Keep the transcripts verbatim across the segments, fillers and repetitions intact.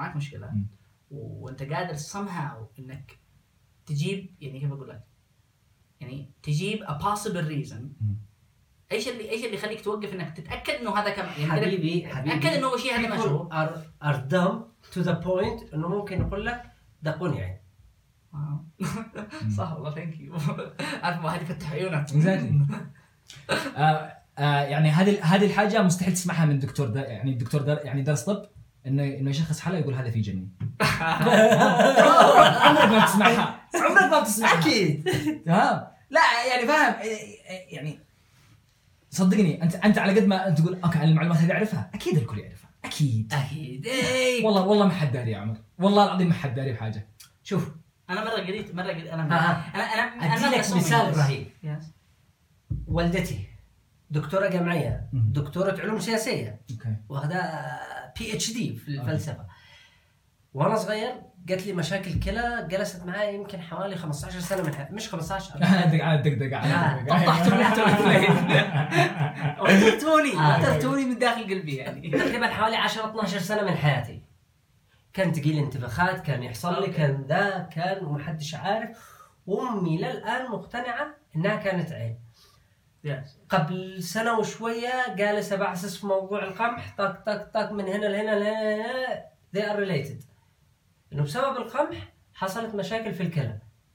معك مشكله م. وانت قادر somehow انك تجيب يعني كيف اقول لك يعني تجيب a possible reason م. ايش اللي ايش اللي يخليك توقف انك تتاكد انه هذا كم يعني حبيبي حبيبي تاكد انه شيء هذا ماشي are, are dumb to the point انه ممكن يقول لك دقوني يعني صح والله ثانك يو عارف ما حد يفتح عيونك آه آه يعني هذه هذه الحاجه مستحيل تسمعها من دكتور دا يعني الدكتور دا يعني درس طب انه انه يشخص حاله يقول هذا فيه جنين. عمرك ما تسمعها عمرك ما تسمعها اكيد تمام. لا يعني فاهم يعني صدقني انت انت على قد ما انت تقول اوكي المعلومات هذه اعرفها اكيد الكل يعرفها اكيد اكيد والله والله ما حد داري يا عمر والله العظيم ما حد داري بحاجه. شوف انا مره قريت مره قريت انا آه. انا انا ادي لك مثال رهيب. yes. والدتي دكتوره جامعيه دكتوره علوم سياسيه اوكي واخذه بي اتش دي في الفلسفه. وانا صغير قالت لي مشاكل كلى جلست معي يمكن حوالي خمسة عشر سنه من حياتي مش خمسة عشر دق عاد دق دق عاد طحتوني طحتوني طحتوني من داخل قلبي يعني تقريبا حوالي عشرة اثنا عشر سنه من حياتي كان تجيلي انتفاخات كان يحصل لي كان ذا كان ومحدش عارف. وامي للان مقتنعه انها كانت عين. قبل سنه وشويه جالسه بعسس في موضوع القمح طق طق طق من هنا لهنا لهنا they are related انه بسبب القمح حصلت مشاكل في الكلى.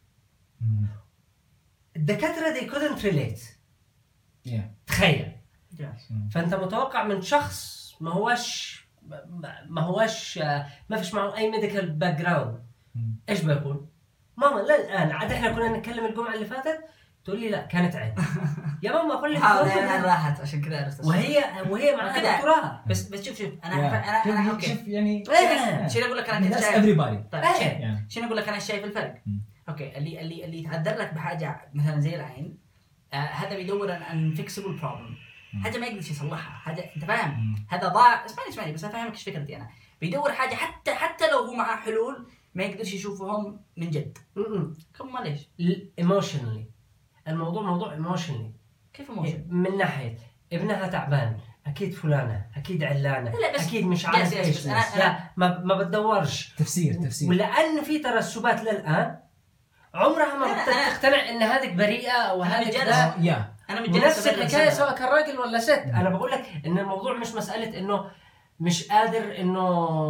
الدكاتره they couldn't relate yeah. تخيل yes. فانت متوقع من شخص ما هوش ما هوش ما فيش معه اي ميديكال باك جراوند ايش بيقول ماما لا الان عاد احنا كنا نتكلم الجمعه اللي فاتت تقول لي لا كانت عين يا ماما قول لي انا راحت عشان كذا عرفت وهي وهي معها دكتوراه بس بس شوف شوف انا انا انا اوكي شوف يعني شنو اقول لك انا كنت شايف everybody طيب شنو اقول لك انا شايف الفرق اوكي اللي اللي اللي يتعذر لك بحاجه مثلا زي العين آه هذا بيدور عن فيكسبل بروبلم حاجه ما يقدر يصلحها حاجه انت فاهم هذا ضاع اسمعني اسمعني بس افهمك ايش فكرتي انا بيدور حاجه حتى حتى لو هو معاه حلول ما يقدرش يشوفهم من جد كم ليش ايموشنالي الموضوع موضوع ايموشنالي كيف ايموشن من ناحيه ابنها تعبان اكيد فلانه اكيد علانه اكيد مش عارف ايش لا ما ما بتدورش تفسير تفسير ولان في ترسبات للان عمرها ما بتقتنع ان هذيك بريئه او هذيك ذا يا انا نفس الحكايه سواء كان راجل ولا ست. انا بقول لك ان الموضوع مش مساله انه مش قادر انه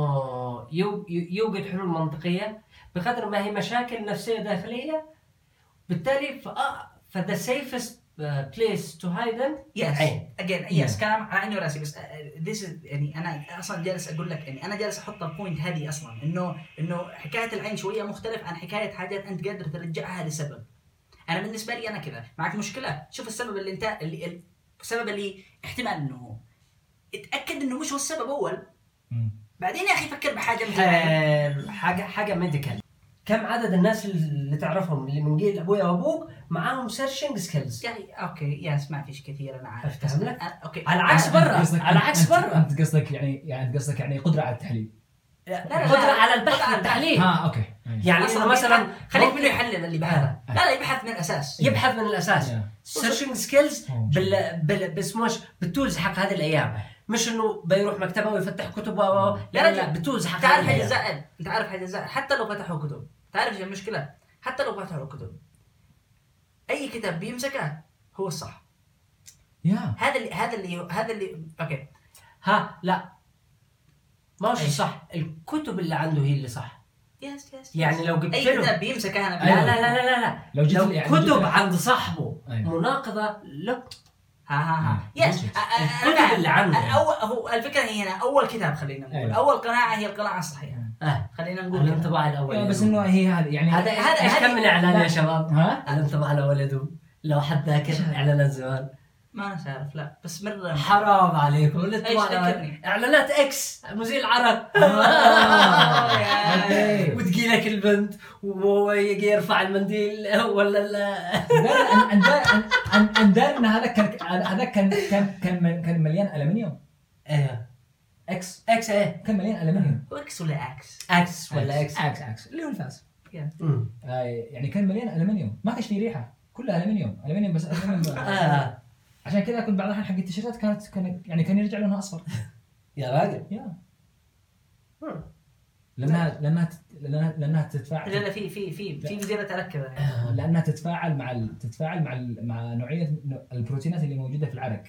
يوجد حلول منطقيه بقدر ما هي مشاكل نفسيه داخليه بالتالي ف ف the safest place to hide them yes again yes كلام عيني وراسي بس this is يعني انا اصلا جالس اقول لك يعني انا جالس احط البوينت هذه اصلا انه انه حكايه العين شويه مختلف عن حكايه حاجات انت قادر ترجعها لسبب. انا بالنسبه لي انا كذا معك مشكله شوف السبب اللي انت اللي السبب اللي احتمال انه هو اتاكد انه مش هو السبب اول بعدين يا اخي فكر بحاجه مثل حاجه حاجه ميديكال. كم عدد الناس اللي تعرفهم اللي من جيل ابويا وابوك معاهم سيرشنج سكيلز يعني اوكي يس ما فيش كثير انا عارف افتهم لك اوكي على عكس برا على عكس برا انت قصدك يعني يعني انت قصدك يعني قدره على التحليل قدره على البحث والتحليل ها اوكي يعني اصلا مثلا خليك منه يحلل اللي بحثه لا لا يبحث من الاساس يبحث من الاساس سيرشنج سكيلز بال بال باسموش بالتولز حق هذه الايام مش انه بيروح مكتبه ويفتح كتب و لا لا بالتولز حق تعرف حاجه زائد انت عارف حاجه زائد حتى لو فتحوا كتب تعرف ايش المشكله حتى لو فتحوا كتب اي كتاب بيمسكه هو الصح يا هذا اللي هذا اللي هذا اللي اوكي ها لا ماشي صح الكتب اللي عنده هي اللي صح يس يس يعني لو جبت له اي كتاب بيمسكه انا لا لا لا لا لا لو, لو كتب عند صاحبه مناقضه لا ها ها ها يس الكتب اللي عنده هو الفكره هي هنا اول كتاب خلينا نقول اول قناعه هي القناعه الصحيحه اه خلينا نقول الانطباع الاول بس انه هي هذا يعني هذا هذا كم من اعلان يا شباب ها الانطباع الاول يدوم لو حد ذاكر اعلانات زمان ما انا عارف لا بس مره حرام عليكم اعلانات اكس مزيل العرق وتجي لك البنت وهو يجي يرفع المنديل ولا لا ان دار ان هذا كان هذا كان كان كان كان مليان الومنيوم ايه اكس اكس ايه كان مليان الومنيوم اكس ولا اكس اكس ولا اكس اكس اكس اللي هو الفاس يعني كان مليان الومنيوم ما كانش فيه ريحه كلها الومنيوم الومنيوم بس الومنيوم اه عشان كذا كنت بعض الأحيان حق التيشيرتات كانت كان يعني كان يرجع لونها أصفر يا راجل يا لانها لانها لانها, لأنها تتفاعل لا لا في في في في فيديوهات على كذا يعني. لانها تتفاعل مع ال... تتفاعل مع ال... مع نوعيه البروتينات اللي موجوده في العرق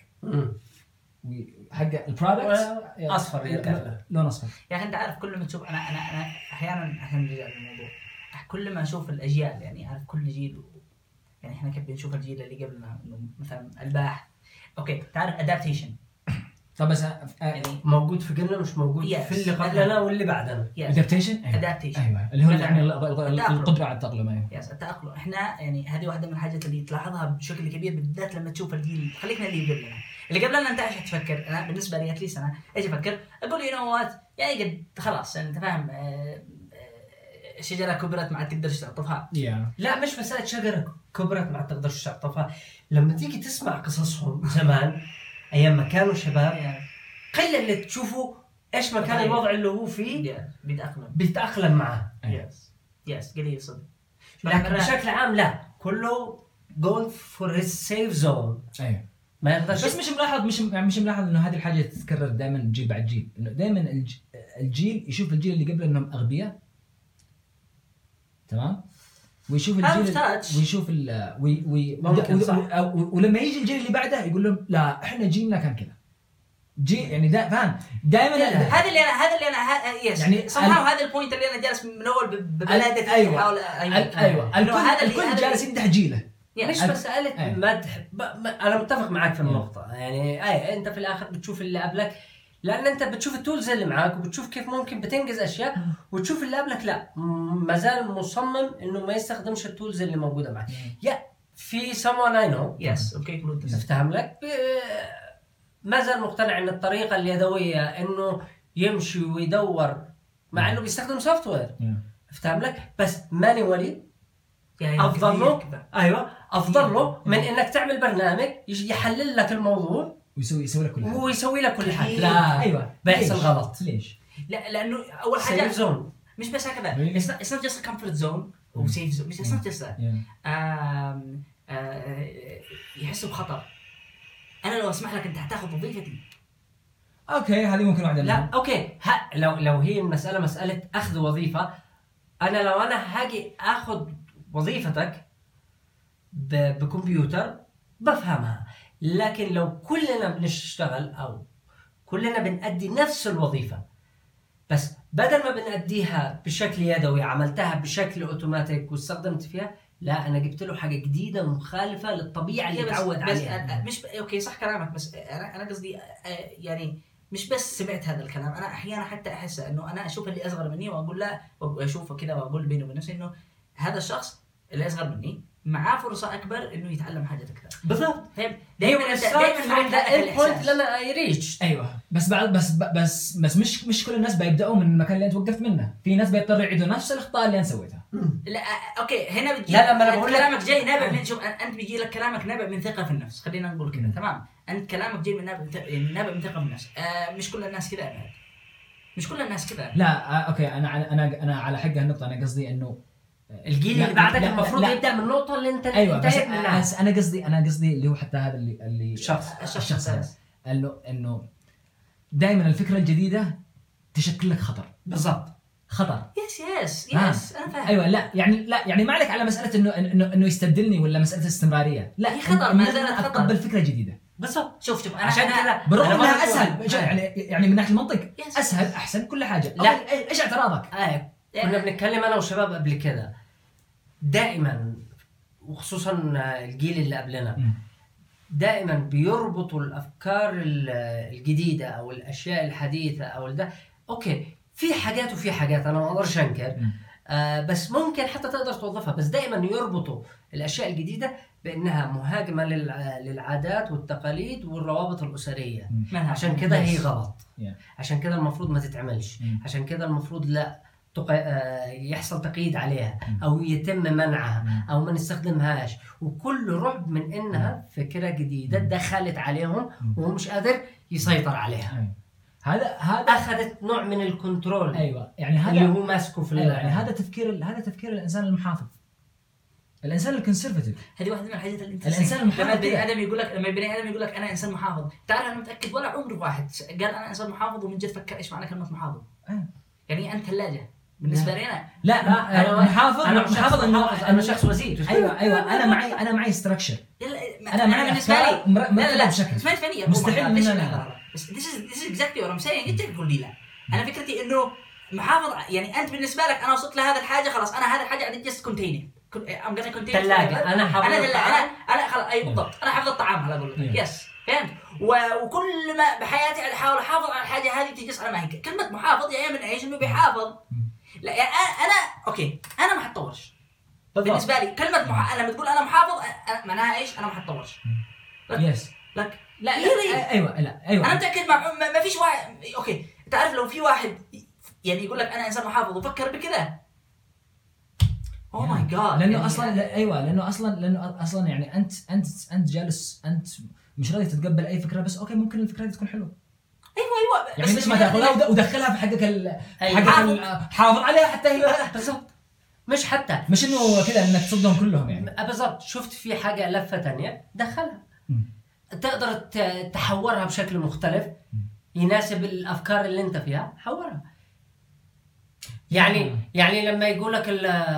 حق البرودكت اصفر يرجع لون اصفر. يا اخي انت عارف كل ما تشوف انا انا انا احيانا عشان نرجع للموضوع كل ما اشوف الاجيال يعني عارف كل جيل يعني احنا كيف بنشوف الجيل اللي قبلنا انه مثلا الباحث اوكي تعرف ادابتيشن طب بس يعني موجود في قلنا مش موجود yes. في اللي قبلنا واللي بعدنا. ادابتيشن ادابتيشن ايوه اللي هو يعني القدره على التأقلم. ايوه يس التأقلم. احنا يعني هذه واحده من الحاجات اللي تلاحظها بشكل كبير بالذات لما تشوف الجيل خلينا اللي قبلنا اللي قبلنا انت ايش تفكر. انا بالنسبه لي اتليست انا ايش افكر اقول يو نو وات يعني قد خلاص انت فاهم شجره كبرت ما عاد تقدرش تعطفها. yeah. لا مش مساله شجره كبرت ما عاد تقدرش تعطفها. لما تيجي تسمع قصصهم زمان ايام ما كانوا شباب قلة اللي تشوفوا ايش ما كان الوضع اللي هو فيه بيتأقلم بيتأقلم معه. يس يس قليل صدق. لكن بشكل عام لا كله going for his safe zone. ايوه ما يقدرش. بس مش ملاحظ مش مش ملاحظ انه هذه الحاجه تتكرر دائما جيل بعد جيل انه دائما الج... الجيل يشوف الجيل اللي قبله انهم اغبياء تمام ويشوف الجيل ويشوف ال وي وي ولما يجي الجيل اللي بعده يقول لهم لا احنا جيلنا كان كذا جي يعني دا فاهم دائما هذا اللي انا هذا اللي انا يس يعني صراحه هذا البوينت اللي انا جالس من اول ببلاده ايوه احاول ايوه الكل هذا الكل جالس يمدح جيله مش مساله مدح انا متفق معك في النقطه يعني اي انت في الاخر بتشوف اللي قبلك لان انت بتشوف التولز اللي معاك وبتشوف كيف ممكن بتنجز اشياء وتشوف اللي قبلك لا ما زال مصمم انه ما يستخدمش التولز اللي موجوده معك. يا في someone I know يس اوكي كنت افتهم لك ما زال مقتنع ان الطريقه اليدويه انه يمشي ويدور مع انه بيستخدم سوفت وير افتهم لك بس مانيوالي افضل له. ايوه افضل له من انك تعمل برنامج يحلل لك الموضوع ويسوي يسوي لك كل حاجه ويسوي لك كل حاجه. لا ايوه بيحصل غلط. ليش؟ لا لانه اول حاجه زون مش بس هكذا it's not just a comfort zone و safe zone مش it's not just that آم يحسوا بخطر. انا لو اسمح لك انت هتاخذ وظيفتي اوكي هذه ممكن واحده لا اوكي ها لو لو هي المساله مساله اخذ وظيفه انا لو انا هاجي اخذ وظيفتك بكمبيوتر بفهمها. لكن لو كلنا بنشتغل او كلنا بنأدي نفس الوظيفه بس بدل ما بنأديها بشكل يدوي عملتها بشكل اوتوماتيك واستخدمت فيها لا انا جبت له حاجه جديده مخالفه للطبيعه اللي تعود عليها. مش ب... اوكي صح كلامك بس انا انا قصدي يعني مش بس سمعت هذا الكلام انا احيانا حتى احس انه انا اشوف اللي اصغر مني واقول لا واشوفه كذا واقول بيني وبين نفسي انه هذا الشخص اللي اصغر مني معاه فرصه اكبر انه يتعلم حاجه اكثر. بالضبط دائما انت دائما معك هذا البوينت لما يريتش. ايوه بس بعد بس بس بس مش مش كل الناس بيبداوا من المكان اللي انت وقفت منه. في ناس بيضطروا يعيدوا نفس الاخطاء اللي انا سويتها. لا اوكي هنا بتجي لا لما انا بقول كلامك جاي نابع من شوف انت بيجي لك كلامك نابع من ثقه في النفس خلينا نقول كذا تمام. انت كلامك جاي من نابع يعني نابع من ثقه في النفس. آه مش كل الناس كذا مش كل الناس كذا. لا آه اوكي انا انا انا على حق هالنقطه انا قصدي انه الجيل اللي بعدك المفروض لا يبدا من النقطه اللي انت أيوة انتهيت منها. بس انا قصدي انا قصدي اللي هو حتى هذا اللي اللي الشخص الشخص هذا انه انه دائما الفكره الجديده تشكل لك خطر. بالضبط خطر يس يس يس انا فاهم. ايوه لا يعني لا يعني ما عليك على مساله انه انه انه يستبدلني ولا مساله استمراريه. لا هي خطر ما زالت خطر. اتقبل فكره جديده. بالضبط شوف شوف انا عشان كذا بالرغم انها اسهل يعني يعني من ناحيه المنطق اسهل احسن كل حاجه. لا ايش اعتراضك؟ آه. كنا بنتكلم انا وشباب قبل كده دائما وخصوصا الجيل اللي قبلنا دائما بيربطوا الافكار الجديده او الاشياء الحديثه او ده اوكي في حاجات وفي حاجات انا ما اقدرش انكر آه بس ممكن حتى تقدر توظفها بس دائما يربطوا الاشياء الجديده بانها مهاجمه للعادات والتقاليد والروابط الاسريه. عشان كده هي غلط. عشان كده المفروض ما تتعملش. عشان كده المفروض لا يحصل تقييد عليها او يتم منعها او ما نستخدمهاش وكل رعب من انها فكره جديده دخلت عليهم وهو مش قادر يسيطر عليها. هذا هذا اخذت نوع من الكنترول. ايوه يعني هذا اللي هو ماسكه في أيوة يعني هذا تفكير هذا تفكير الانسان المحافظ الانسان الكونسرفتيف. هذه واحده من الحاجات اللي انت الانسان المحافظ لما البني ادم يقول لك لما البني ادم يقول لك انا انسان محافظ تعال انا متاكد ولا عمر واحد قال انا انسان محافظ ومن جد فكر ايش معنى كلمه محافظ. أه. يعني انت ثلاجه بالنسبه لي انا لا, لا أنا محافظ انا محافظ انه انا شخص وزير. ايوه ايوه انا معي انا معي ستراكشر. انا معي بالنسبه لي لا لا بشكل اسمعني فنيه مستحيل ان انا بس this is this is exactly what I'm saying. انت تقول لي لا. انا فكرتي انه محافظ يعني انت بالنسبه لك انا وصلت لهذا الحاجه خلاص انا هذا الحاجه عندي just contain it I'm gonna contain ثلاجه انا حافظ انا انا انا خلاص اي بالضبط انا حافظ الطعام هذا اقول لك يس فهمت. وكل ما بحياتي احاول احافظ على الحاجه هذه تجلس على ما هي. كلمه محافظ يعني من ايش؟ انه بيحافظ. لا يعني انا اوكي انا ما حتطورش بالنسبه لي. كلمه مح... لما تقول انا محافظ أنا... معناها ايش؟ انا ما حتطورش. يس لك لا لا ايوه لا ايوه انا متاكد ما... ما فيش واحد اوكي تعرف لو في واحد يعني يقول لك انا انسان محافظ وفكر بكذا اوه ماي جاد. لانه يعني اصلا لا ايوه لانه اصلا لانه اصلا يعني انت انت انت جالس انت مش راضي تتقبل اي فكره بس اوكي ممكن الفكره دي تكون حلوه. ايوه ايوه يعني ليش ما تاخذها ودخلها في حقك ال... حقك حافظ عليها حتى هي بالضبط. مش حتى مش انه كذا انك تصدهم كلهم يعني بالضبط. شفت في حاجه لفه ثانيه دخلها م. تقدر تحورها بشكل مختلف يناسب الافكار اللي انت فيها حورها. يعني م. يعني لما يقول لك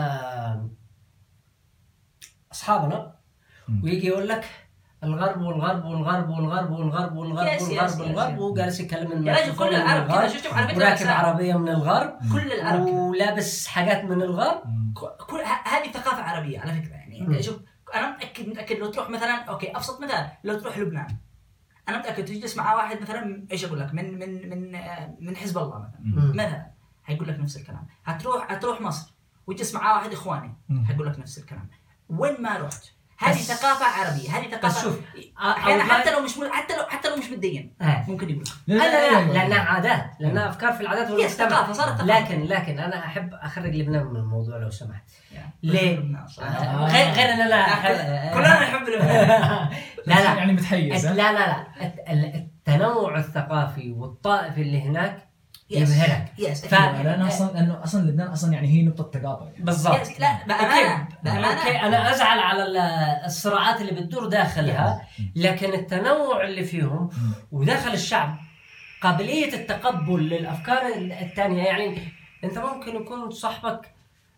اصحابنا ويجي يقول لك الغرب والغرب والغرب والغرب والغرب والغرب والغرب والغرب وجالس يتكلم من يا كل العرب كذا. شفتوا على فكره راكب عربيه من الغرب كل العرب ولابس حاجات من الغرب. كل هذه ثقافه عربيه على فكره يعني. شوف انا متاكد متاكد لو تروح مثلا اوكي ابسط مثال لو تروح لبنان انا متاكد تجلس مع واحد مثلا ايش اقول لك من من من من حزب الله مثلا مثلا هيقول لك نفس الكلام. هتروح هتروح مصر وتجلس مع واحد اخواني هيقول لك نفس الكلام. وين ما رحت هذه ثقافة عربية. هذه ثقافة شوف أحيانا حتى لو مش حتى لو حتى لو مش متدين آه. ممكن يقول لا لا لا لأنها عادات لأنها أفكار في العادات والمجتمع. لكن لكن أنا أحب أخرج لبنان من الموضوع لو سمحت. ليه؟ آه. غير غير أن أنا كلنا نحب لبنان. لا لا يعني متحيز. لا لا لا التنوع الثقافي والطائفي اللي هناك يبهرك. يس لأنه أصلا لأنه أصلا لبنان أصلا يعني هي نقطة تقاطع بالضبط. لا بأمانة بأمانة أوكي أنا أزعل على الصراعات اللي بتدور داخلها لكن التنوع اللي فيهم وداخل الشعب قابلية التقبل للأفكار الثانية. يعني أنت ممكن يكون صاحبك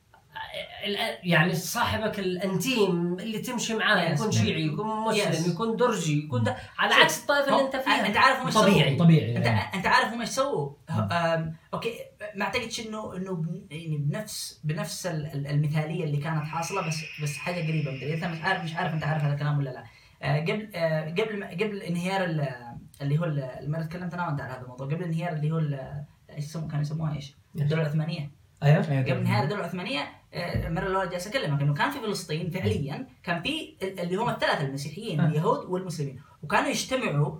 يعني صاحبك الانتيم اللي تمشي معاه يكون شيعي يكون مسلم يكون درزي يكون ده على عكس الطائفه اللي انت فيها. انت عارف هم طبيعي طبيعي انت انت عارف هم ايش سووا. اوكي ما اعتقدش انه انه يعني بنفس بنفس المثاليه اللي كانت حاصله بس بس حاجه قريبه من انت مش عارف مش عارف انت عارف هذا الكلام ولا لا. قبل قبل قبل انهيار اللي هو اللي تكلمت انا وانت على هذا الموضوع قبل انهيار اللي هو ايش يسموه كانوا يسموها ايش الدوله العثمانيه. ايوه قبل انهيار الدوله العثمانيه المره اللي جالس اكلمك انه كان في فلسطين فعليا كان في اللي هم الثلاثه المسيحيين اليهود والمسلمين وكانوا يجتمعوا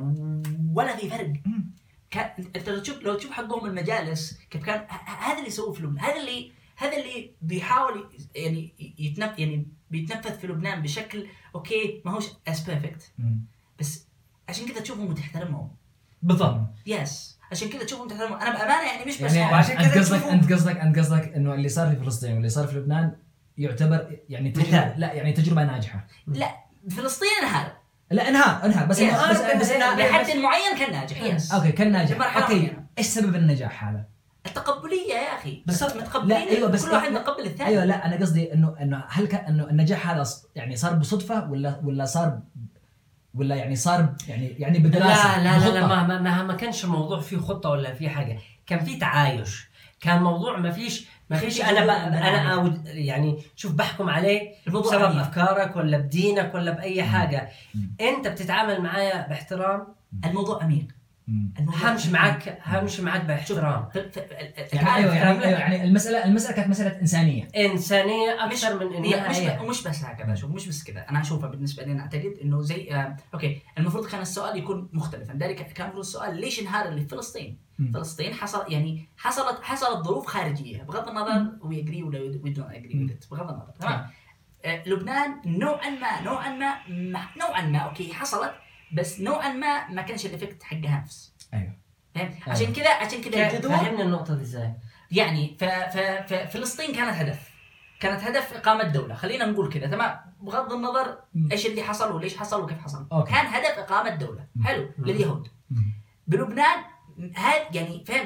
ولا في فرق. كان انت لو تشوف لو تشوف حقهم المجالس كيف كان هذا اللي يسووه في لبنان. هذا اللي هذا اللي بيحاول يعني يتنف يعني بيتنفذ في لبنان بشكل اوكي ما هوش as perfect بس عشان كذا تشوفهم وتحترمهم. بالضبط يس عشان كذا تشوفهم وتحترمهم. انا بامانه يعني مش بس يعني عشان كذا قصدك انت قصدك انت قصدك انه اللي صار في فلسطين واللي صار في لبنان يعتبر يعني تجربه لا يعني تجربه ناجحه. لا فلسطين انهار لا انهار انهار بس انهار بس, بس, بس لحد معين كان ناجح. يس اوكي كان ناجح. اوكي ايش سبب النجاح هذا؟ التقبليه يا اخي. بس متقبلين أيوة بس كل واحد متقبل الثاني. ايوه لا انا قصدي انه انه هل كان انه النجاح هذا يعني صار بصدفه ولا ولا صار ولا يعني صار يعني يعني بدراسه؟ لا لا لا, لا ما ما ما كانش الموضوع فيه خطه ولا فيه حاجه. كان فيه تعايش. كان موضوع ما فيش ما فيش انا انا أود يعني شوف بحكم عليك بسبب افكارك ولا بدينك ولا باي حاجه. انت بتتعامل معايا باحترام. الموضوع عميق. همشي معك همشي معك باحترام. يعني ايوه يعني, أيوة يعني المساله المساله كانت مساله انسانيه انسانيه اكثر من انها مش ب... مش بس هكذا. شوف مش بس كذا انا اشوفها بالنسبه لي انا اعتقد انه زي آه... اوكي المفروض كان السؤال يكون مختلفا. ذلك كان المفروض السؤال ليش انهار اللي في فلسطين؟ م. فلسطين حصل يعني حصلت حصلت ظروف خارجيه بغض النظر وي اجري ولا وي دونت اجري بغض النظر تمام. آه... لبنان نوعا ما نوعا ما نوعا ما اوكي حصلت بس نوعا ما ما كانش الافكت حقها نفس. ايوه فهمت. عشان كذا عشان كذا فهمنا النقطه دي ازاي. يعني ف ف فلسطين كانت هدف كانت هدف اقامه دوله. خلينا نقول كذا تمام بغض النظر ايش اللي حصل وليش حصل وكيف حصل. أوكي. كان هدف اقامه دوله حلو لليهود. بلبنان هذا يعني فهم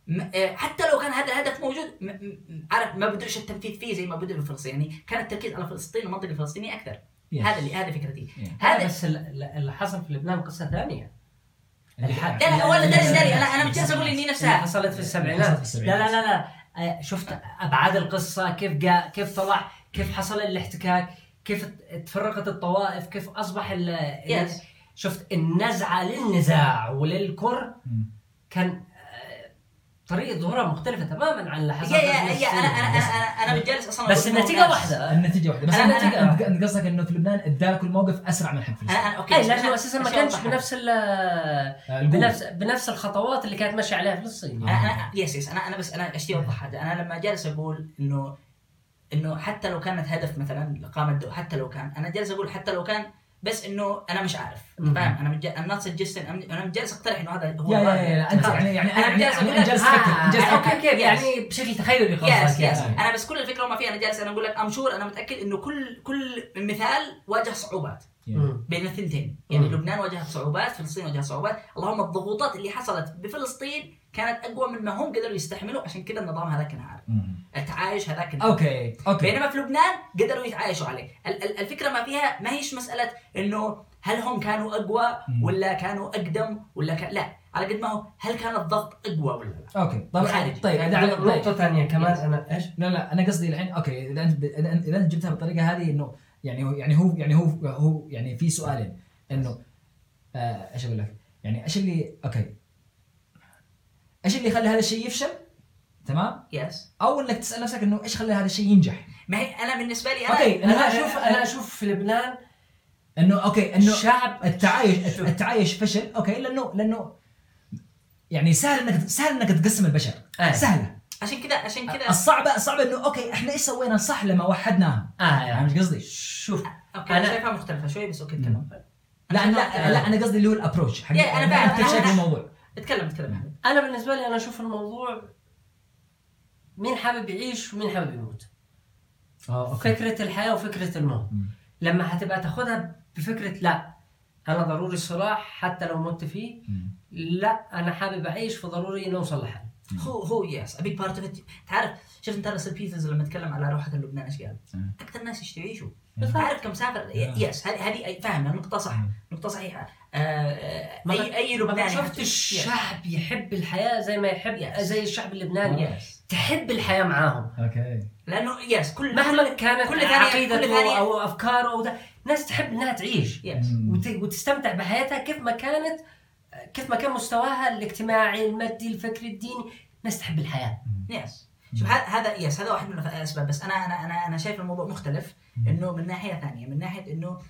حتى لو كان هذا الهدف موجود عارف ما بدوش التنفيذ فيه زي ما بدو في فلسطين، يعني كان التركيز على فلسطين والمنطقة الفلسطينية أكثر. yes. هذا اللي هذا فكرتي. yeah. هذا بس اللي حصل في لبنان قصة ثانية. لا لا ولا داري داري أنا أنا مش جالس أقول إني نفسها حصلت في السبعينات. لا لا لا لا شفت أبعاد القصة كيف جاء كيف طلع كيف حصل الاحتكاك كيف تفرقت الطوائف كيف أصبح ال yes. شفت النزعة للنزاع وللكر كان طريقة ظهورها مختلفة تماماً عن اللي حصل. يا يا يا أنا أنا أنا أنا بتجلس أصلاً. بس النتيجة واحدة. النتيجة واحدة. بس أنا أنت أنت قصدك إنه في لبنان ادالك الموقف أسرع من حق فلسطين. أنا أوكي. أي لأنه أساساً ما كانش بنفس ال بنفس بنفس الخطوات اللي كانت ماشية عليها فلسطين. أنا أنا يس يس أنا أنا بس أنا أشتي أوضح حاجة. أنا لما جالس أقول إنه إنه حتى لو كانت هدف مثلاً إقامة الدولة حتى لو كان أنا جالس أقول حتى لو كان بس انه انا مش عارف فاهم انا مج... انا ناس جسن انا جالس اقترح انه هذا هو يا يا يا انت يعني يعني انا جالس جالس افكر جالس اوكي كيف يعني بشكل تخيلي خاص انا بس كل الفكره وما فيها انا جالس انا اقول لك امشور انا متاكد انه كل كل مثال واجه صعوبات بين الثنتين يعني لبنان واجهت صعوبات فلسطين واجهت صعوبات اللهم الضغوطات اللي حصلت بفلسطين كانت اقوى مما هم قدروا يستحملوا عشان كذا النظام هذاك انهار التعايش هذاك اوكي اوكي بينما في لبنان قدروا يتعايشوا عليه الفكره ما فيها ما هيش مساله انه هل هم كانوا اقوى ولا كانوا اقدم ولا كان لا على قد ما هو هل كان الضغط اقوى ولا لا اوكي طيب طيب يعني نقطه ثانيه كمان انا ايش لا لا انا قصدي الحين اوكي اذا انت اذا انت جبتها بالطريقه هذه انه يعني يعني هو يعني هو هو يعني في سؤالين انه آه ايش اقول لك يعني ايش اللي اوكي ايش اللي يخلي هذا الشيء يفشل تمام يس او انك تسال نفسك انه ايش خلى هذا الشيء ينجح ما هي انا بالنسبه لي انا أوكي. انا اشوف انا اشوف في لبنان انه اوكي انه الشعب التعايش شوف. التعايش فشل اوكي لانه لانه يعني سهل انك سهل انك تقسم البشر آه. سهله عشان كذا عشان كذا الصعبه الصعبه انه اوكي احنا ايش سوينا صح لما وحدناهم اه يعني مش قصدي شوف اوكي انا شايفها مختلفه شوي بس اوكي اتكلم لا لا لا, لا انا قصدي اللي هو الابروتش حق انا فاهم كيف شايف الموضوع اتكلم اتكلم انا بالنسبه لي انا اشوف الموضوع مين حابب يعيش ومين حابب يموت اه فكره الحياه وفكره الموت م. لما هتبقى تاخدها بفكره لا انا ضروري الصراع حتى لو مت فيه م. لا انا حابب اعيش فضروري نوصل لحل هو هو يس ابيك بارت اوف تعرف شفت انت راسل بيترز لما تكلم على روحه لبنان ايش قال اكثر ناس يشتوا يعيشوا تعرف كم سافر يس هذه هذه فاهم نقطه صح نقطه صحيحه آه اي اي لبناني شفت الشعب يحب الحياه زي ما يحب زي الشعب اللبناني تحب الحياه معاهم اوكي لانه يس كل مهما كانت كل عقيدته او افكاره او ده ناس تحب انها تعيش وتستمتع بحياتها كيف ما كانت كيف ما كان مستواها الاجتماعي المادي الفكري الديني ناس تحب الحياه يس شوف هذا يس هذا واحد من الاسباب بس انا انا انا انا شايف الموضوع مختلف انه من ناحيه ثانيه من ناحيه انه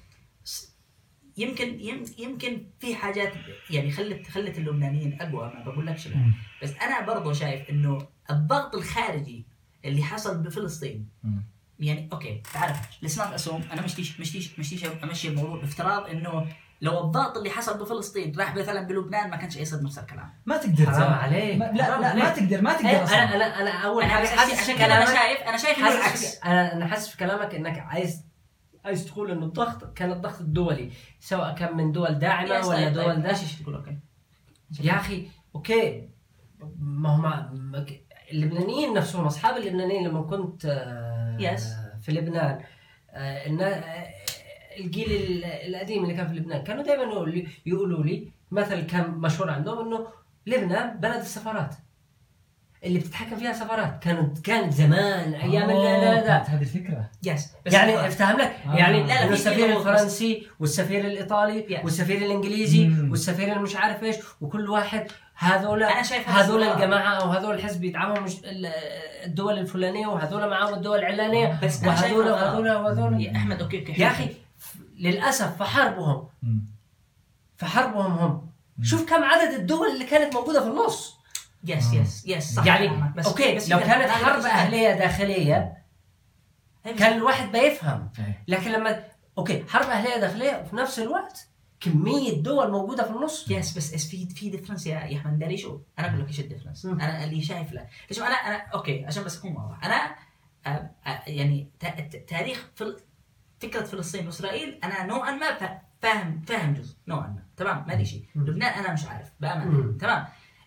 يمكن يمكن في حاجات يعني خلت خلت اللبنانيين اقوى ما بقول لكش لا بس انا برضو شايف انه الضغط الخارجي اللي حصل بفلسطين يعني اوكي تعرف لسنا اسوم انا مشتيش مشتيش مشتيش امشي الموضوع بافتراض انه لو الضغط اللي حصل بفلسطين راح مثلا بلبنان ما كانش يصير نفس الكلام ما تقدر حرام عليك ما لا لا ما تقدر ما تقدر انا انا انا اول حاجه حاسس عشان كذا انا شايف انا شايف انه العكس انا انا حاسس في كلامك انك عايز عايز تقول انه الضغط كان الضغط الدولي سواء كان من دول داعمه ولا دول ده ايش تقول اوكي يا اخي اوكي ما هم اللبنانيين نفسهم اصحاب اللبنانيين لما كنت يس في لبنان ان الجيل القديم اللي كان في لبنان كانوا دائما يقولوا لي يقولوا لي مثل كان مشهور عندهم انه لبنان بلد السفارات اللي بتتحكم فيها سفارات كانت كانت زمان ايام لا كانت هذه الفكره يس يعني افتهم لك آه. يعني لا لا السفير الفرنسي والسفير الايطالي yes. والسفير الانجليزي مم. والسفير المش عارف ايش وكل واحد هذول هذول الجماعه او هذول الحزب يدعموا مش الدول الفلانيه وهذول معاهم الدول العلانيه بس وهذول وهذول وهذول يا احمد اوكي يا اخي للاسف في حربهم في حربهم هم شوف كم عدد الدول اللي كانت موجوده في النص يس يس يس صح يعني بس اوكي بس لو كانت حرب اهليه داخليه كان الواحد بيفهم لكن لما اوكي حرب اهليه داخليه وفي نفس الوقت كميه دول موجوده في النص يس بس اس في في ديفرنس يا يا احمد داري شو انا اقول لك ايش الديفرنس انا اللي شايف له شوف انا انا اوكي عشان بس اكون واضح انا أ أ يعني تاريخ فكره فلسطين واسرائيل انا نوعا ما فاهم فاهم جزء نوعا ما تمام ما دي شيء لبنان انا مش عارف بامانه تمام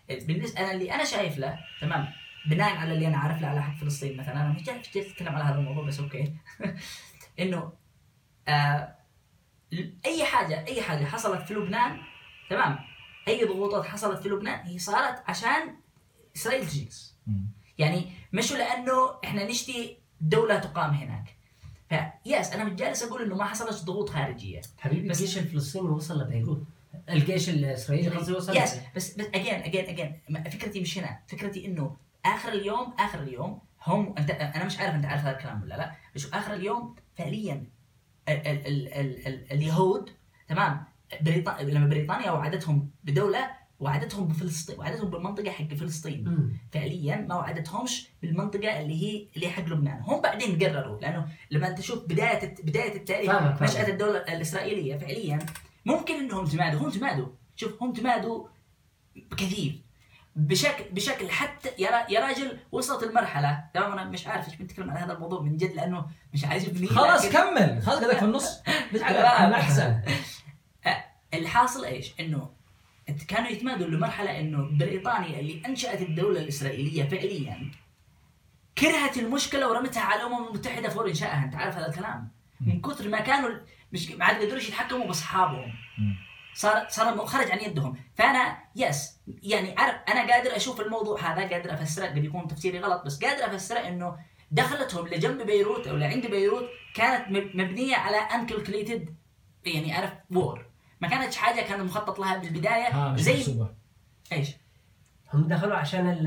بالنسبه انا اللي انا شايف له تمام بناء على اللي انا عارف له على حق فلسطين مثلا، انا مش جاي اتكلم على هذا الموضوع بس اوكي انه آه اي حاجه اي حاجه حصلت في لبنان تمام، اي ضغوطات حصلت في لبنان هي صارت عشان اسرائيل تجي، يعني مش لانه احنا نشتي دوله تقام هناك. فياس انا مش جالس اقول انه ما حصلت ضغوط خارجيه حبيبي، بس الجيش الفلسطيني وصل لبيروت، الجيش الاسرائيلي قصدي وصل يس بس بس اجين اجين اجين فكرتي مش هنا، فكرتي انه اخر اليوم اخر اليوم هم انت انا مش عارف انت عارف هذا الكلام ولا لا، بس اخر اليوم فعليا ال ال ال ال ال اليهود تمام بريطانيا لما بريطانيا وعدتهم بدوله وعدتهم بفلسطين وعدتهم بالمنطقه حق فلسطين مم. فعليا ما وعدتهمش بالمنطقه اللي هي اللي حق لبنان. هم بعدين قرروا لانه لما انت تشوف بدايه بدايه التاريخ نشاه الدوله الاسرائيليه فعليا ممكن انهم تمادوا هم تمادوا شوف هم تمادوا كثير بشكل بشكل حتى يا يا راجل وصلت المرحله تمام. انا مش عارف ايش بنتكلم عن هذا الموضوع من جد لانه مش عاجبني. خلاص كمل خلاص كذاك في النص انا احسن. الحاصل ايش انه كانوا يتمادوا لمرحله انه بريطانيا اللي انشات الدوله الاسرائيليه فعليا كرهت المشكله ورمتها على الامم المتحده فور انشائها. انت عارف هذا الكلام من كثر ما كانوا مش ما عاد قدروش يتحكموا باصحابهم صار صار خرج عن يدهم. فانا يس يعني عارف انا قادر اشوف الموضوع هذا قادر افسره قد يكون تفسيري غلط بس قادر افسره انه دخلتهم لجنب بيروت او لعند بيروت كانت مبنيه على انكالكوليتد يعني عارف وور ما كانتش حاجه كان مخطط لها بالبدايه زي محسوبة. ايش هم دخلوا عشان ال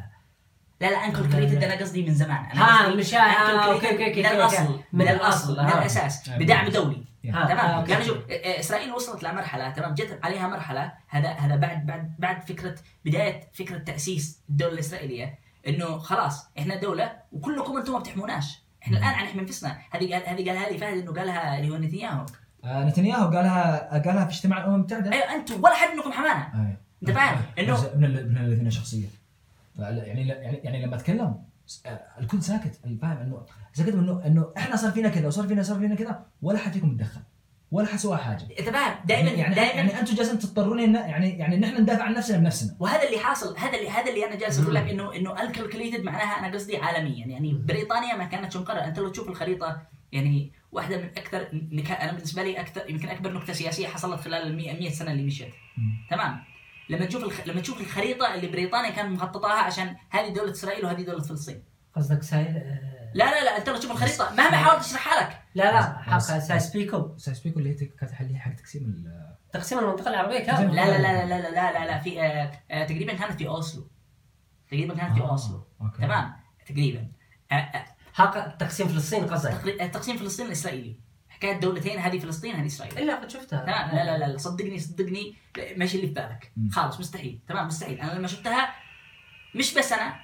لا لا انكالكوليتد انا قصدي من زمان انا ها مش اوكي اوكي من الاصل من الاصل من الاساس بدعم دولي تمام. يعني شوف اسرائيل وصلت لمرحله تمام جت عليها مرحله هذا هذا بعد بعد بعد فكره بدايه فكره تاسيس الدوله الاسرائيليه انه خلاص احنا دوله وكلكم انتم ما بتحموناش احنا الان عن احنا انفسنا. هذه قال هذه قالها لي فهد انه قالها اللي هو نتنياهو آه نتنياهو قالها قالها في اجتماع الامم المتحده. ايوه انتم ولا حد منكم حمانا. أيوة. انت فاهم انه من من الذين شخصيه يعني يعني يعني لما اتكلم الكل ساكت فاهم انه ساكت انه انه احنا صار فينا كذا وصار فينا صار فينا كذا ولا حد فيكم يتدخل ولا حد سوى حاجه. انت فاهم دائما يعني دائما يعني انتم جالسين تضطروني إن يعني يعني نحن ندافع عن نفسنا بنفسنا. وهذا اللي حاصل هذا اللي هذا اللي انا جالس اقول لك انه انه الكالكوليتد معناها انا قصدي عالميا يعني بريطانيا ما كانت مقرره. انت لو تشوف الخريطه يعني واحده من اكثر نكا... انا بالنسبه لي اكثر يمكن اكبر نكته سياسيه حصلت خلال ال مئة سنه اللي مشيت تمام. لما تشوف الخ... لما تشوف الخريطه اللي بريطانيا كانت مخططاها عشان هذه دوله اسرائيل وهذه دوله فلسطين. قصدك ساي لا لا لا انت لو تشوف الخريطه مهما حاولت اشرحها لك لا لا حق سايسبيكو سايسبيكو اللي هي كانت حليها حق تقسيم تقسيم المنطقه العربيه كامل. لا لا لا لا لا لا لا, لا في آه آه تقريبا كانت في اوسلو تقريبا كانت في آه. اوسلو أوكي. تمام تقريبا آه آه حق تقسيم فلسطين قصدك تقسيم فلسطين الاسرائيلي حكايه دولتين هذه فلسطين هذه اسرائيل. الا قد شفتها تمام لا لا لا صدقني صدقني ماشي اللي في بالك خالص مستحيل تمام مستحيل. انا لما شفتها مش بس انا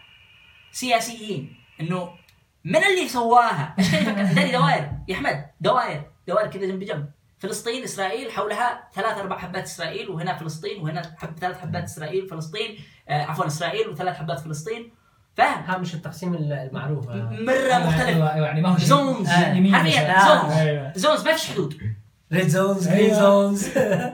سياسيين انه من اللي سواها ايش كان يفكر داري دوائر يا احمد دوائر دوائر كذا جنب جنب فلسطين اسرائيل حولها ثلاث اربع حبات اسرائيل وهنا فلسطين وهنا حب ثلاث حبات اسرائيل فلسطين آه عفوا اسرائيل وثلاث حبات فلسطين فاهم. هامش التقسيم المعروف مره مختلف يعني ما هو زونز حرفيا زونز زونز ما فيش حدود ريد زونز جرين زونز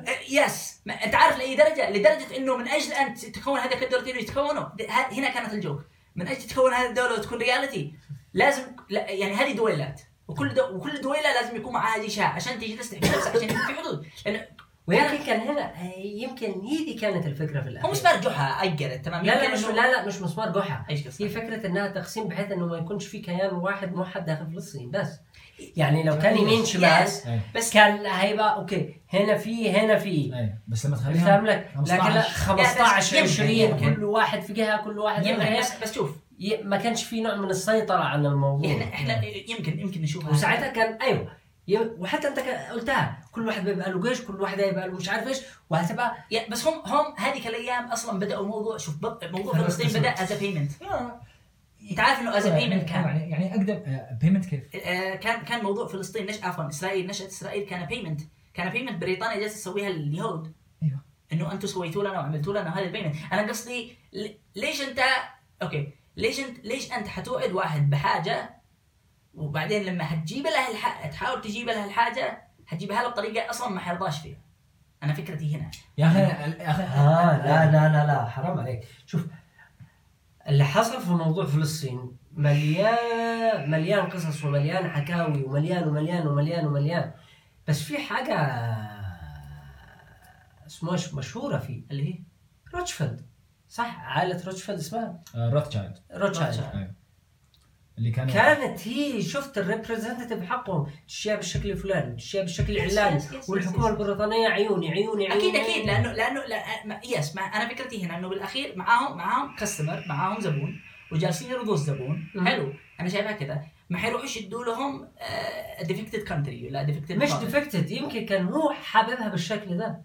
يس انت عارف لاي درجه لدرجه انه من اجل ان تكون هذا الدولتين يتكونوا هنا كانت الجوك من اجل تكون هذه الدوله وتكون رياليتي لازم يعني هذه دويلات وكل دو وكل دويله لازم يكون معها هذه شاة عشان تيجي تستحمل نفسها عشان يكون في حدود لأن ويمكن كان هنا يمكن هذه كانت الفكره في الاخير. هو مسمار جحا اجرت تمام. لا لا مش لا لا مش مسمار جحا. ايش هي فكره انها تقسيم بحيث انه ما يكونش في كيان واحد موحد داخل فلسطين بس. يعني لو كان يمين شمال بس كان هيبقى اوكي هنا في هنا في ايوه بس لما تخليها فاهم لك لكن خمسطعش عشرين كل واحد في جهه كل واحد يمكن بس بس شوف ما كانش في نوع من السيطره على الموضوع. احنا احنا يمكن يمكن نشوفها وساعتها كان ايوه وحتى انت قلتها كل واحد بيبقى له جيش كل واحد يبقى له مش عارف ايش وهتبقى بس هم هم هذيك الايام اصلا بداوا موضوع شوف موضوع فلسطين بدا از بيمنت. انت عارف انه از بيمنت كان يعني يعني اقدم بيمنت كيف كان كان موضوع فلسطين نش عفوا اسرائيل نشأت اسرائيل كان بيمنت كان بيمنت بريطانيا جالسه تسويها اليهود. ايوه انه انتم سويتوا لنا وعملتوا لنا هذا البيمنت. انا قصدي ليش انت اوكي ليش انت ليش انت حتوعد واحد بحاجه وبعدين لما حتجيب لها الح... تحاول تجيب لها الحاجه حتجيبها له بطريقه اصلا ما حيرضاش فيها. انا فكرتي هنا يا اخي يا اخي آه لا لا لا لا حرام عليك. شوف اللي حصل في موضوع فلسطين مليان مليان قصص ومليان حكاوي ومليان ومليان ومليان ومليان، بس في حاجة اسمها مشهورة فيه اللي هي روتشفيلد، صح؟ عائلة روتشفيلد اسمها روثشايلد روتشايلد، اللي كانوا كانت هي شفت الريبريزنتيف حقهم تشيها بالشكل الفلاني تشيها بالشكل العلاني، والحكومة البريطانية عيوني عيوني عيوني اكيد اكيد لانه لانه لا يس ما انا فكرتي هنا انه بالاخير معاهم معاهم كاستمر معاهم زبون وجالسين يرضوا الزبون. حلو انا شايفها كذا، ما حيروحوش يدوا لهم ديفكتد كونتري ولا ديفكتد مش ديفكتد، يمكن كان هو حاببها بالشكل ذا.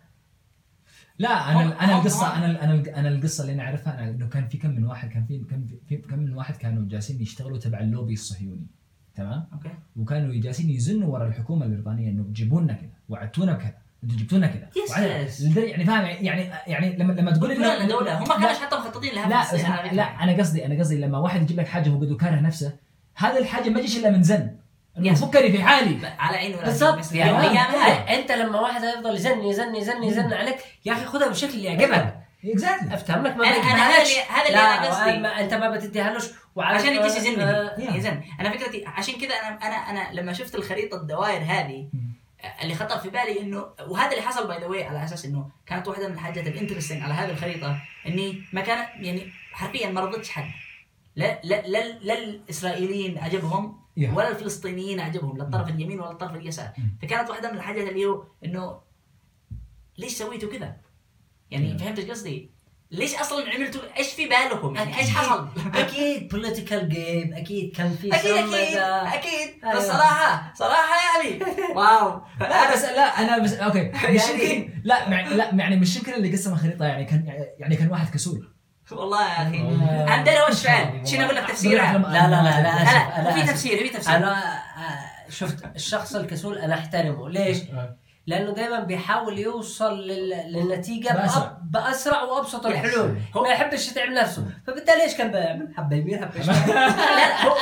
لا انا انا القصه انا انا انا القصه اللي انا اعرفها انا انه كان في كم من واحد كان في كم في كم من واحد كانوا جالسين يشتغلوا تبع اللوبي الصهيوني، تمام؟ اوكي. وكانوا جالسين يزنوا ورا الحكومه البريطانيه انه جيبوا لنا كذا، وعدتونا بكذا، انتوا جبتوا لنا كذا. يعني فاهم يعني يعني لما لما تقول انه دوله هم كانوا حتى مخططين لها. لا أنا لا انا قصدي انا قصدي لما واحد يجيب لك حاجه هو قد كاره نفسه، هذا الحاجه ما جيش الا من زن انه فكري في حالي على عينه بالضبط. يعني ايامها انت لما واحد يفضل يزن يزن يزن يزن عليك يا اخي خذها بالشكل اللي يعجبك. اكزاكتلي افتهم لك. ما انا هذا اللي هذا اللي انا قصدي، انت ما بتديهالوش وعشان يجي يزنني يزن. انا فكرتي عشان كذا انا انا انا لما شفت الخريطه الدوائر هذه اللي خطر في بالي انه، وهذا اللي حصل باي ذا واي، على اساس انه كانت واحده من الحاجات الانترستنج على هذه الخريطه اني ما كان يعني حرفيا ما رضتش حد، لا لا لا, لا الاسرائيليين عجبهم ولا الفلسطينيين عجبهم، لا الطرف اليمين ولا الطرف اليسار. فكانت واحده من الحاجات اللي هو انه ليش سويتوا كذا؟ يعني فهمت ايش قصدي؟ ليش اصلا عملتوا ايش في بالكم؟ يعني ايش حصل؟ اكيد بوليتيكال جيم، اكيد كان في اكيد اكيد اكيد بس صراحه صراحه يعني واو. لا بس لا انا بس اوكي مش يمكن لا مع لا يعني مش يمكن اللي قسم الخريطه يعني كان يعني كان واحد كسول والله يا اخي. عندنا وش فعل شنو اقول لك تفسير؟ لا لا لا لا لا في تفسير في تفسير. انا شفت الشخص الكسول انا احترمه. ليش؟ لانه دائما بيحاول يوصل للنتيجه بأسرع, باسرع وابسط الحلول. هو ما يحبش يتعب نفسه، فبالتالي ايش كان بيعمل؟ حبه يمين حبه شمال. لا هو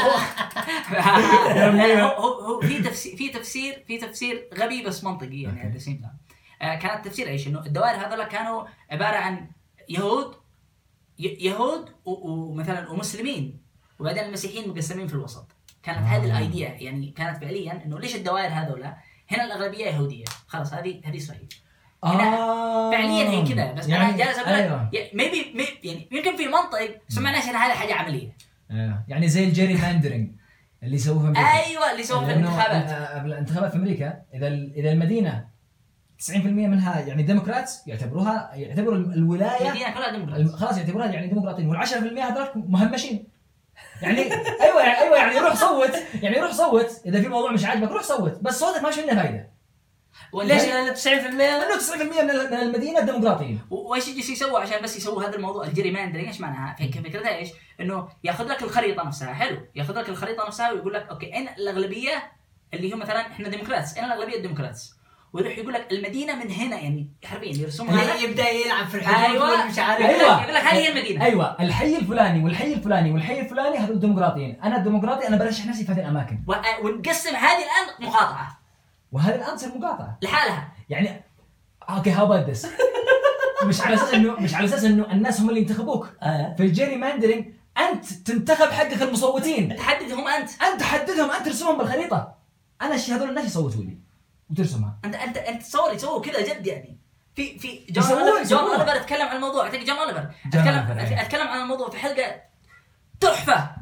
هو هو في تفسير في تفسير في تفسير غبي بس منطقي يعني. هذا الشيء كان التفسير ايش؟ انه الدوائر هذول كانوا عباره عن يهود يهود ومثلا ومسلمين، وبعدين المسيحيين مقسمين في الوسط. كانت هذه الايديا يعني، كانت فعليا انه ليش الدوائر هذول هنا الاغلبيه يهوديه، خلاص هذه هذه اسرائيل. آه فعليا هي كذا. بس يعني انا جالس اقول أيوة. ميبي ميبي يعني يمكن في منطق بس ما ناس هذا حاجه عمليه. ايوه يعني زي الجيري ماندرينج اللي سووه في امريكا. ايوه اللي سووه في الانتخابات. الانتخابات في امريكا اذا اذا المدينه تسعين بالمئة منها يعني ديمقراطس يعتبروها يعتبروا الولايه المدينه كلها ديمقراطس خلاص يعتبروها يعني ديمقراطيين، وال10% هذول مهمشين يعني. ايوه يعني ايوه يعني روح صوت يعني روح صوت اذا في موضوع مش عاجبك روح صوت، بس صوتك ما منه فايده. ليش؟ لأن تسعين بالمئة لأنه تسعين بالمئة من المدينة ديمقراطيين. وإيش يجي يسووا عشان بس يسووا هذا الموضوع الجيري ماندرينج؟ إيش معناها؟ فكرتها إيش؟ إنه يأخذ لك الخريطة نفسها. حلو، يأخذ لك الخريطة نفسها ويقول لك أوكي أين الأغلبية اللي هم مثلا إحنا ديمقراطس، أين الأغلبية الديمقراطس، ويروح يقول لك المدينة من هنا يعني حرفيا يرسمها. يبدأ يلعب في الحدود. أيوة مش عارف. أيوة. يقول لك هذه هي المدينة. أيوة الحي الفلاني والحي الفلاني والحي الفلاني هذول ديمقراطيين، أنا ديمقراطي أنا برشح نفسي في هذه الأماكن. ونقسم هذه الآن مقاطعة. وهذه الآن تصير مقاطعة لحالها. يعني اوكي هاو اباوت ذس مش على اساس انه مش على اساس انه الناس هم اللي ينتخبوك. آه. في الجيري ماندرينج انت تنتخب حقك المصوتين، تحددهم انت انت تحددهم، انت ترسمهم بالخريطه. انا الشيء هذول الناس يصوتوا لي وترسمها. انت انت انت تصور يسووا كذا جد يعني. في في جون اوليفر جون اوليفر اتكلم عن الموضوع. اعتقد جون اوليفر اتكلم اتكلم عن الموضوع في حلقه تحفه